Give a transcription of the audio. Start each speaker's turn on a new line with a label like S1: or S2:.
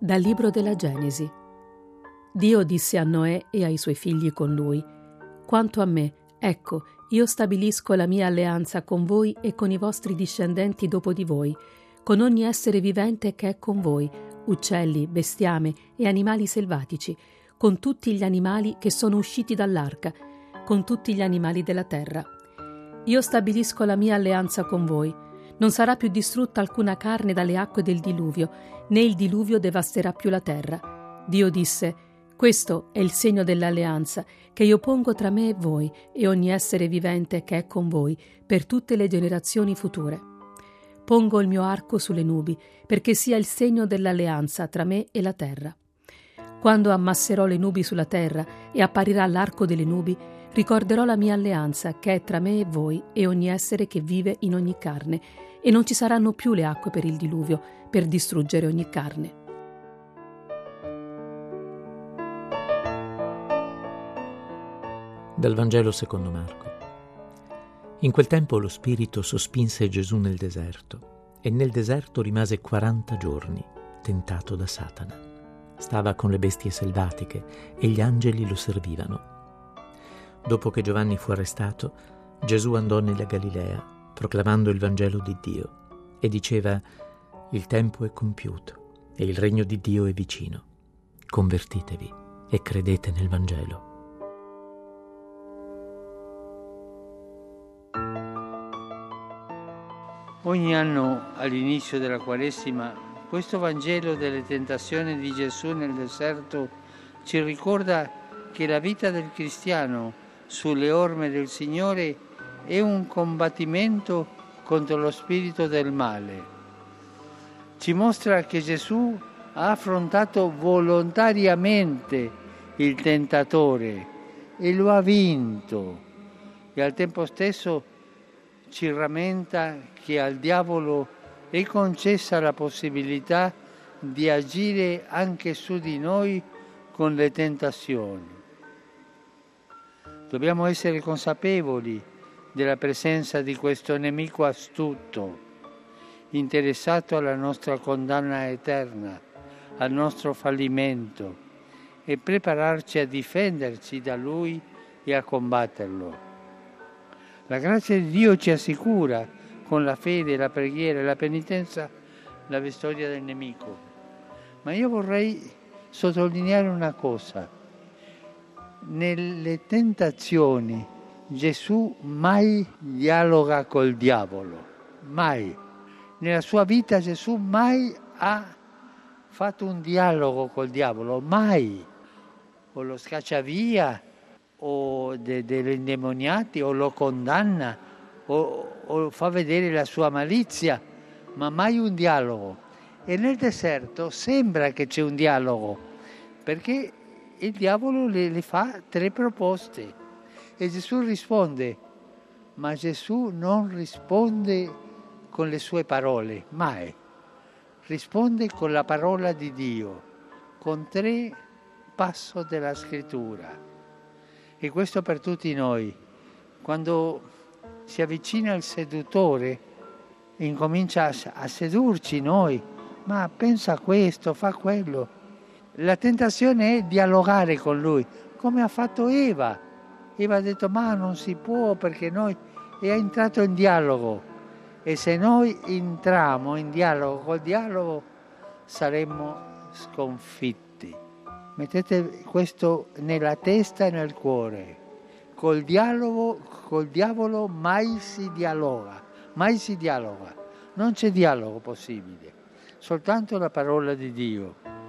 S1: Dal libro della Genesi. Dio disse a Noè e ai suoi figli con lui: «Quanto a me, ecco, io stabilisco la mia alleanza con voi e con i vostri discendenti dopo di voi, con ogni essere vivente che è con voi, uccelli, bestiame e animali selvatici, con tutti gli animali che sono usciti dall'arca, con tutti gli animali della terra. Io stabilisco la mia alleanza con voi. Non sarà più distrutta alcuna carne dalle acque del diluvio, né il diluvio devasterà più la terra». Dio disse: «Questo è il segno dell'alleanza che io pongo tra me e voi e ogni essere vivente che è con voi per tutte le generazioni future. Pongo il mio arco sulle nubi perché sia il segno dell'alleanza tra me e la terra. Quando ammasserò le nubi sulla terra e apparirà l'arco delle nubi, ricorderò la mia alleanza che è tra me e voi e ogni essere che vive in ogni carne, e non ci saranno più le acque per il diluvio per distruggere ogni carne».
S2: Dal Vangelo secondo Marco. In quel tempo lo Spirito sospinse Gesù nel deserto, e nel deserto rimase 40 giorni, tentato da Satana. Stava con le bestie selvatiche e gli angeli lo servivano. Dopo che Giovanni fu arrestato, Gesù andò nella Galilea, proclamando il Vangelo di Dio, e diceva: «Il tempo è compiuto e il regno di Dio è vicino. Convertitevi e credete nel Vangelo».
S3: Ogni anno all'inizio della Quaresima questo Vangelo delle tentazioni di Gesù nel deserto ci ricorda che la vita del cristiano sulle orme del Signore è un combattimento contro lo spirito del male. Ci mostra che Gesù ha affrontato volontariamente il tentatore e lo ha vinto, e al tempo stesso ci rammenta che al diavolo è concessa la possibilità di agire anche su di noi con le tentazioni. Dobbiamo essere consapevoli della presenza di questo nemico astuto, interessato alla nostra condanna eterna, al nostro fallimento, e prepararci a difenderci da lui e a combatterlo. La grazia di Dio ci assicura, con la fede, la preghiera e la penitenza, la vittoria del nemico. Ma io vorrei sottolineare una cosa. Nelle tentazioni Gesù mai dialoga col diavolo, mai. Nella sua vita Gesù mai ha fatto un dialogo col diavolo, mai. O lo scaccia via, o degli indemoniati, o lo condanna, o fa vedere la sua malizia, ma mai un dialogo. E nel deserto sembra che c'è un dialogo, perché il diavolo le fa 3 proposte e Gesù risponde, ma Gesù non risponde con le sue parole, mai. Risponde con la parola di Dio, con 3 passi della Scrittura. E questo per tutti noi. Quando si avvicina il seduttore, incomincia a sedurci noi, ma pensa a questo, fa quello. La tentazione è dialogare con lui, come ha fatto Eva. Eva ha detto: ma non si può perché noi... E ha entrato in dialogo. E se noi entriamo in dialogo col dialogo, saremmo sconfitti. Mettete questo nella testa e nel cuore. Col diavolo mai si dialoga, mai si dialoga. Non c'è dialogo possibile, soltanto la parola di Dio.